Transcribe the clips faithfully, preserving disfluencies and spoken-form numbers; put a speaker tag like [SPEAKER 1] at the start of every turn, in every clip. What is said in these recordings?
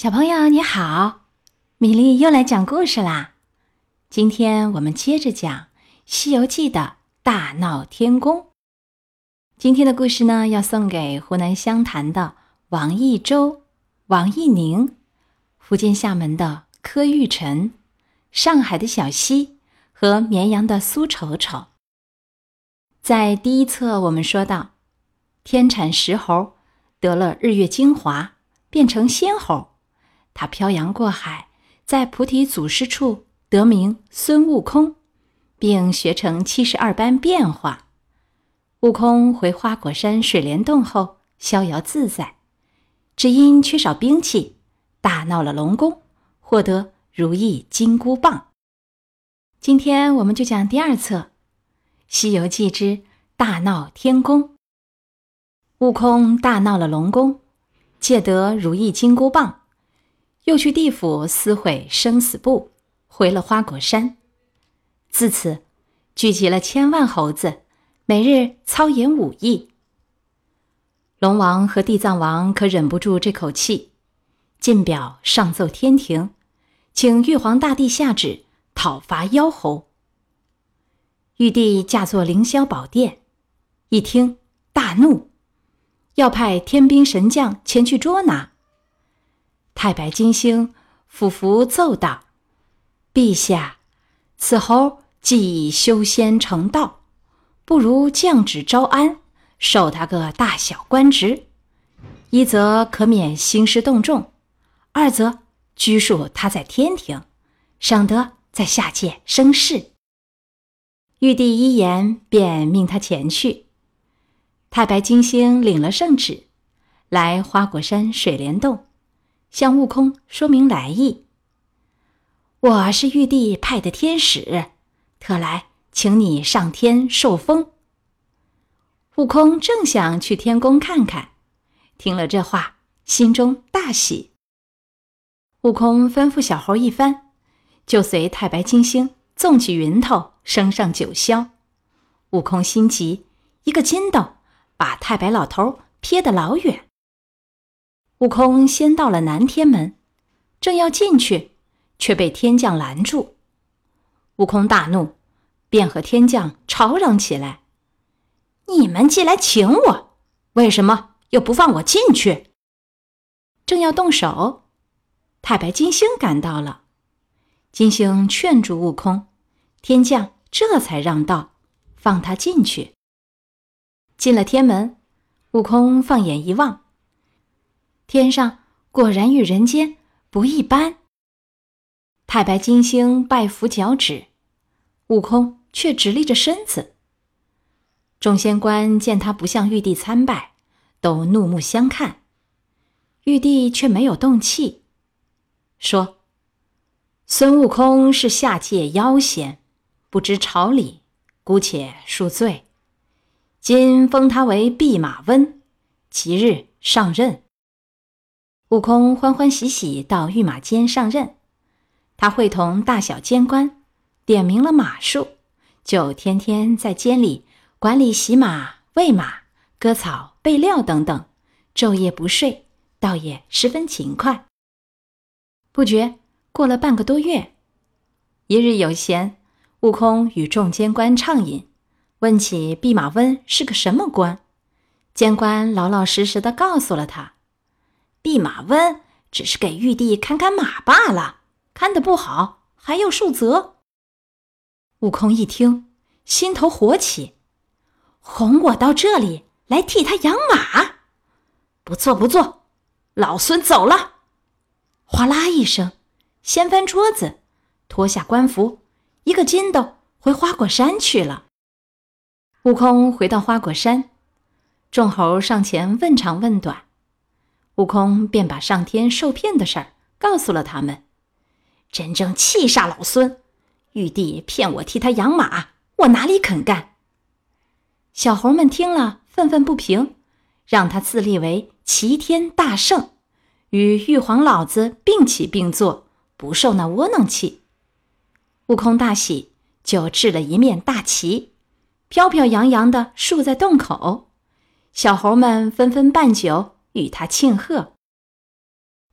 [SPEAKER 1] 小朋友你好，米粒又来讲故事啦。今天我们接着讲《西游记》的大闹天宫。今天的故事呢，要送给湖南湘潭的王一舟、王一宁，福建厦门的柯玉晨，上海的小溪和绵阳的苏丑丑。在第一册我们说到，天产石猴得了日月精华，变成仙猴，他漂洋过海，在菩提祖师处得名孙悟空，并学成七十二般变化。悟空回花果山水帘洞后逍遥自在，只因缺少兵器，大闹了龙宫，获得如意金箍棒。今天我们就讲第二册《西游记之大闹天宫》。悟空大闹了龙宫，借得如意金箍棒，又去地府撕毁生死簿，回了花果山。自此聚集了千万猴子，每日操演武艺。龙王和地藏王可忍不住这口气，进表上奏天庭，请玉皇大帝下旨讨伐妖猴。玉帝驾作凌霄宝殿，一听大怒，要派天兵神将前去捉拿。太白金星俯伏奏道：陛下，此猴既已修仙成道，不如降旨招安，授他个大小官职，一则可免兴师动众，二则拘束他在天庭，省得在下界生事。玉帝一言，便命他前去。太白金星领了圣旨，来花果山水帘洞，向悟空说明来意。我是玉帝派的天使，特来请你上天受封。悟空正想去天宫看看，听了这话，心中大喜。悟空吩咐小猴一番，就随太白金星纵起云头，升上九霄。悟空心急，一个筋斗把太白老头撇得老远。悟空先到了南天门，正要进去，却被天将拦住。悟空大怒，便和天将吵嚷起来：你们既来请我，为什么又不放我进去？正要动手，太白金星赶到了。金星劝住悟空，天将这才让道，放他进去。进了天门，悟空放眼一望，天上果然与人间不一般。太白金星拜伏脚趾，悟空却直立着身子。众仙官见他不向玉帝参拜，都怒目相看。玉帝却没有动气，说：孙悟空是下界妖仙，不知朝理，姑且恕罪。今封他为弼马温，即日上任。悟空欢欢喜喜到御马监上任，他会同大小监官点明了马术，就天天在监里管理洗马、喂马、割草、备料等等，昼夜不睡，倒也十分勤快。不觉过了半个多月，一日有闲，悟空与众监官畅饮，问起弼马温是个什么官，监官老老实实地告诉了他：弼马温只是给玉帝看看马罢了，看得不好还要受责。悟空一听，心头火起，哄我到这里来替他养马？不错不错，老孙走了。哗啦一声，掀翻桌子，脱下官服，一个筋斗回花果山去了。悟空回到花果山，众猴上前问长问短，悟空便把上天受骗的事儿告诉了他们。真正气煞老孙，玉帝骗我替他养马，我哪里肯干？小猴们听了愤愤不平，让他自立为齐天大圣，与玉皇老子并起并坐，不受那窝囊气。悟空大喜，就制了一面大旗，飘飘扬扬地竖在洞口，小猴们纷纷办酒与他庆贺。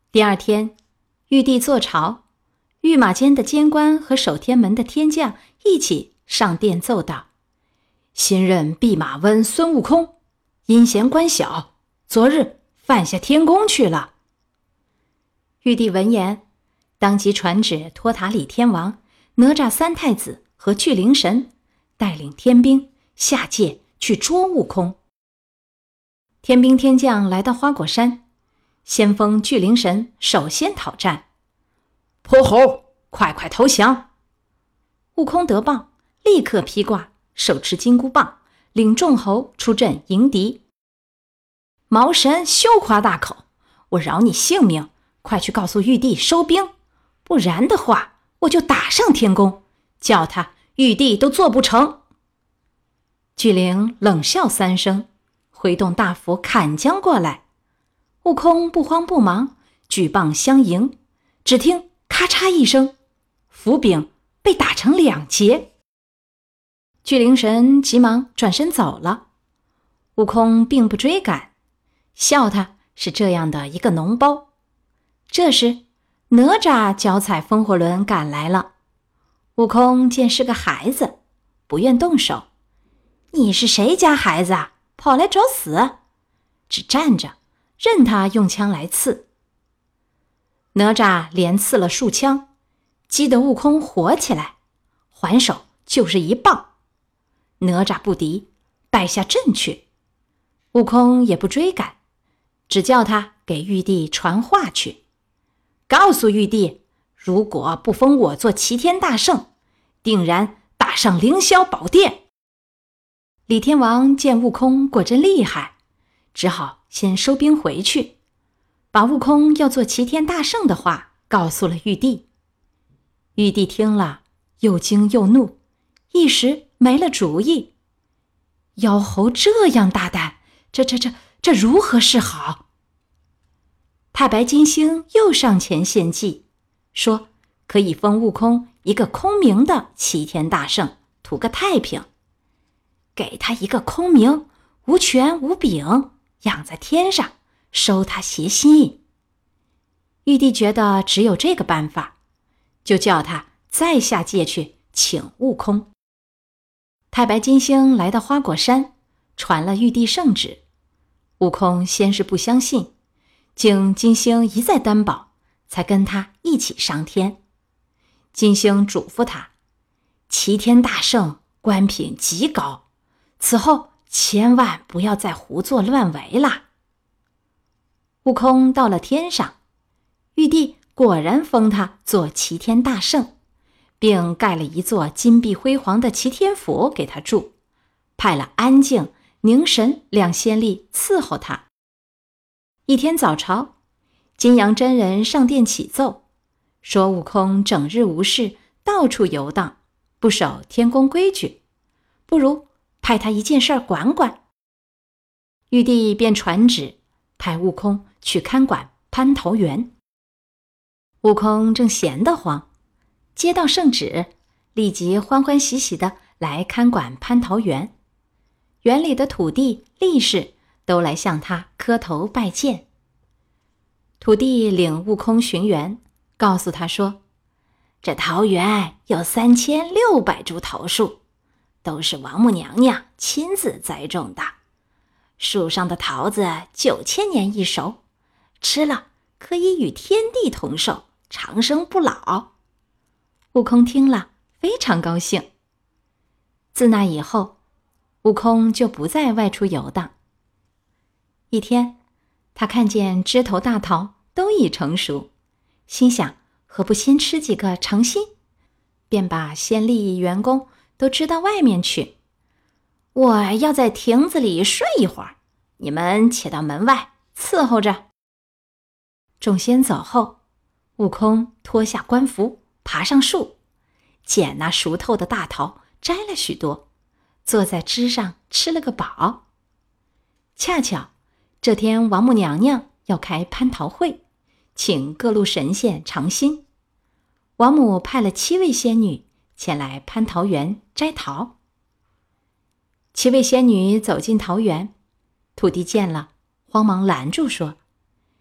[SPEAKER 1] 第二天，玉帝坐朝，御马监的监官和守天门的天将一起上殿奏道：新任弼马温孙悟空，阴险官小，昨日犯下天宫去了。玉帝闻言，当即传旨托塔李天王、哪吒三太子和巨灵神带领天兵下界去捉悟空。天兵天将来到花果山，先锋巨灵神首先讨战。泼猴，快快投降！悟空得报，立刻披挂，手持金箍棒，领众猴出阵迎敌。毛神休夸大口，我饶你性命，快去告诉玉帝收兵，不然的话，我就打上天宫，叫他玉帝都做不成。巨灵冷笑三声，挥动大斧砍将过来。悟空不慌不忙，举棒相迎，只听咔嚓一声，斧柄被打成两截。巨灵神急忙转身走了，悟空并不追赶，笑他是这样的一个脓包。这时哪吒脚踩风火轮赶来了，悟空见是个孩子，不愿动手。你是谁家孩子啊，跑来找死？只站着，任他用枪来刺。哪吒连刺了数枪，激得悟空火起来，还手就是一棒。哪吒不敌，败下阵去。悟空也不追赶，只叫他给玉帝传话去，告诉玉帝，如果不封我做齐天大圣，定然打上凌霄宝殿。李天王见悟空果真厉害，只好先收兵回去，把悟空要做齐天大圣的话告诉了玉帝。玉帝听了，又惊又怒，一时没了主意。妖猴这样大胆，这这这这如何是好？太白金星又上前献计，说可以封悟空一个空名的齐天大圣，图个太平。给他一个空名，无权无柄，养在天上，收他邪心。玉帝觉得只有这个办法，就叫他再下界去请悟空。太白金星来到花果山，传了玉帝圣旨。悟空先是不相信，经金星一再担保，才跟他一起上天。金星嘱咐他，齐天大圣官品极高，此后千万不要再胡作乱为了。悟空到了天上，玉帝果然封他做齐天大圣，并盖了一座金碧辉煌的齐天府给他住，派了安静、凝神两仙吏伺候他。一天早朝，金阳真人上殿启奏，说悟空整日无事，到处游荡，不守天宫规矩，不如派他一件事儿管管。玉帝便传旨，派悟空去看管蟠桃园。悟空正闲得慌，接到圣旨，立即欢欢喜喜地来看管蟠桃园。园里的土地、力士都来向他磕头拜见。土地领悟空巡园，告诉他说，这桃园有三千六百株桃树，都是王母娘娘亲自栽种的，树上的桃子九千年一熟，吃了可以与天地同寿，长生不老。悟空听了非常高兴。自那以后，悟空就不再外出游荡。一天，他看见枝头大桃都已成熟，心想何不先吃几个尝新，便把仙吏员工都支到外面去。我要在亭子里睡一会儿，你们且到门外伺候着。众仙走后，悟空脱下官服，爬上树，捡那熟透的大桃，摘了许多，坐在枝上吃了个饱。恰巧这天王母娘娘要开蟠桃会，请各路神仙尝新。王母派了七位仙女前来蟠桃园摘桃。七位仙女走进桃园，土地见了，慌忙拦住说，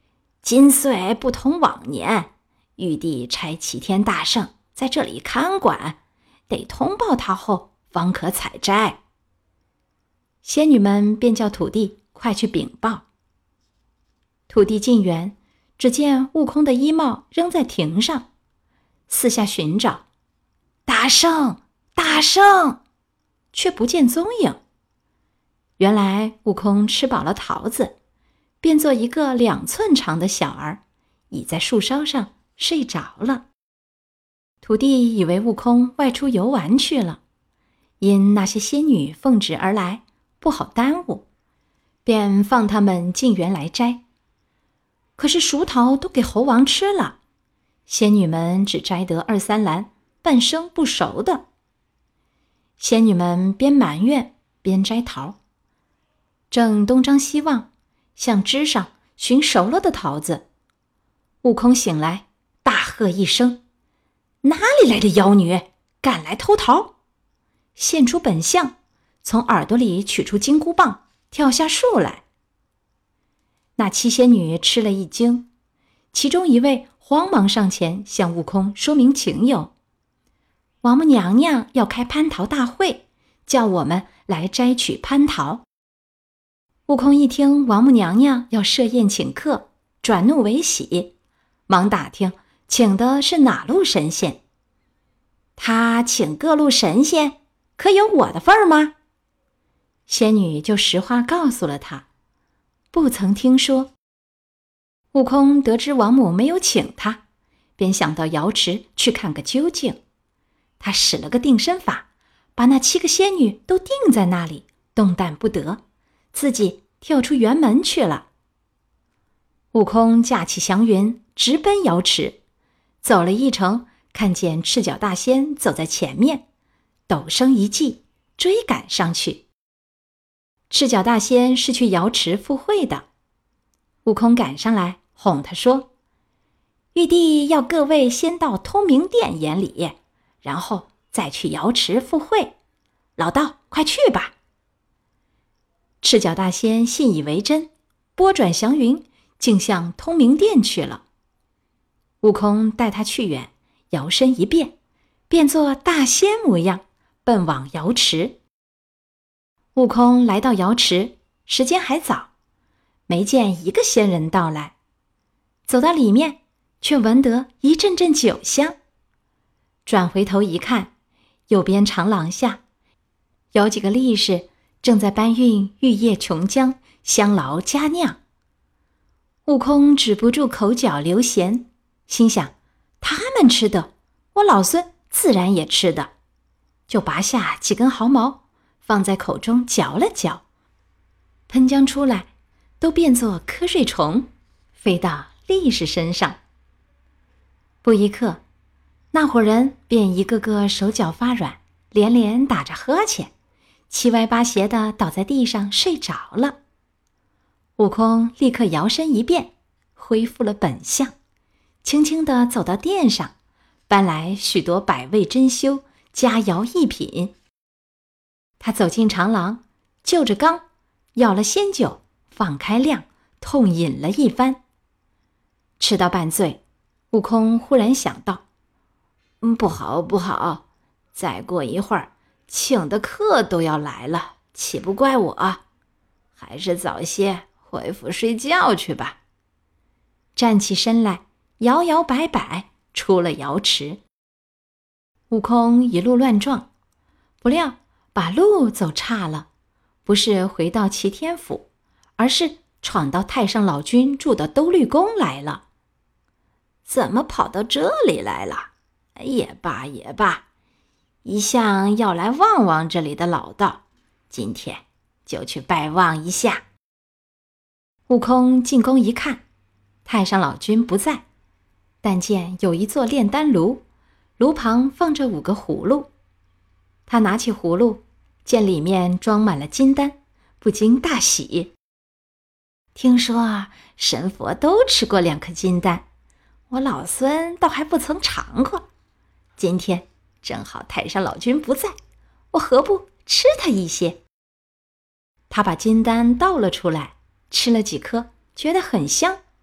[SPEAKER 1] 今岁不同往年，玉帝差齐天大圣在这里看管，得通报他后方可采摘。”仙女们便叫土地快去禀报。土地进园，只见悟空的衣帽扔在亭上，四下寻找，大圣，大圣，却不见踪影。原来悟空吃饱了桃子，变作一个两寸长的小儿，倚在树梢上睡着了。土地以为悟空外出游玩去了，因那些仙女奉旨而来，不好耽误，便放他们进园来摘。可是熟桃都给猴王吃了，仙女们只摘得二三篮半生不熟的。仙女们边埋怨边摘桃，正东张西望，向枝上寻熟了的桃子。悟空醒来，大喝一声：“哪里来的妖女，敢来偷桃！”现出本相，从耳朵里取出金箍棒，跳下树来。那七仙女吃了一惊，其中一位慌忙上前向悟空说明情由：“王母娘娘要开蟠桃大会，叫我们来摘取蟠桃。”悟空一听王母娘娘要设宴请客，转怒为喜，忙打听请的是哪路神仙。他请各路神仙，可有我的份儿吗？仙女就实话告诉了他，不曾听说。悟空得知王母没有请他，便想到瑶池去看个究竟。他使了个定身法，把那七个仙女都定在那里，动弹不得，自己跳出园门去了。悟空驾起祥云，直奔瑶池，走了一程，看见赤脚大仙走在前面，陡声一记，追赶上去。赤脚大仙是去瑶池赴会的，悟空赶上来哄他说：“玉帝要各位先到通明殿演礼，然后再去瑶池赴会，老道快去吧。”赤脚大仙信以为真，拨转祥云，竟向通明殿去了。悟空带他去远，摇身一变，变作大仙模样，奔往瑶池。悟空来到瑶池，时间还早，没见一个仙人到来。走到里面，却闻得一阵阵酒香。转回头一看，右边长廊下有几个力士正在搬运玉液琼浆，香劳佳酿。悟空止不住口角流涎，心想他们吃的，我老孙自然也吃的，就拔下几根毫毛，放在口中嚼了嚼，喷浆出来，都变作瞌睡虫，飞到力士身上。不一刻，那伙人便一个个手脚发软，连连打着呵欠，七歪八斜的倒在地上睡着了。悟空立刻摇身一变，恢复了本相，轻轻地走到殿上，搬来许多百味珍馐，佳肴异品。他走进长廊，就着缸舀了仙酒，放开量，痛饮了一番。吃到半醉，悟空忽然想到：嗯，不好不好，再过一会儿请的客都要来了，岂不怪我？还是早些回府睡觉去吧。站起身来，摇摇摆摆出了瑶池。悟空一路乱撞，不料把路走岔了，不是回到齐天府，而是闯到太上老君住的兜率宫来了。怎么跑到这里来了？也罢也罢，一向要来望望这里的老道，今天就去拜望一下。悟空进宫一看，太上老君不在，但见有一座炼丹炉，炉旁放着五个葫芦。他拿起葫芦，见里面装满了金丹，不禁大喜。听说神佛都吃过两颗金丹，我老孙倒还不曾尝过。今天正好太上老君不在，我何不吃他一些？他把金丹倒了出来，吃了几颗，觉得很香，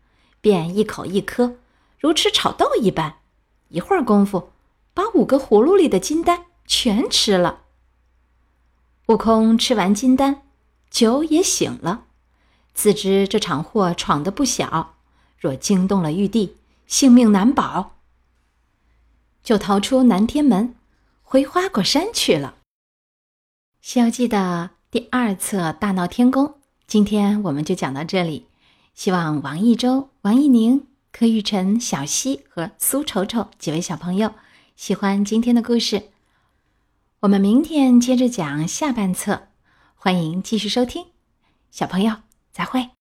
[SPEAKER 1] 便一口一颗，如吃炒豆一般，一会儿功夫，把五个葫芦里的金丹全吃了。悟空吃完金丹，酒也醒了，自知这场祸闯得不小，若惊动了玉帝，性命难保，就逃出南天门，回花果山去了。《西游记》的第二册大闹天宫，今天我们就讲到这里。希望王一舟、王一宁、柯玉晨、小溪和苏丑丑几位小朋友喜欢今天的故事。我们明天接着讲下半册，欢迎继续收听。小朋友，再会。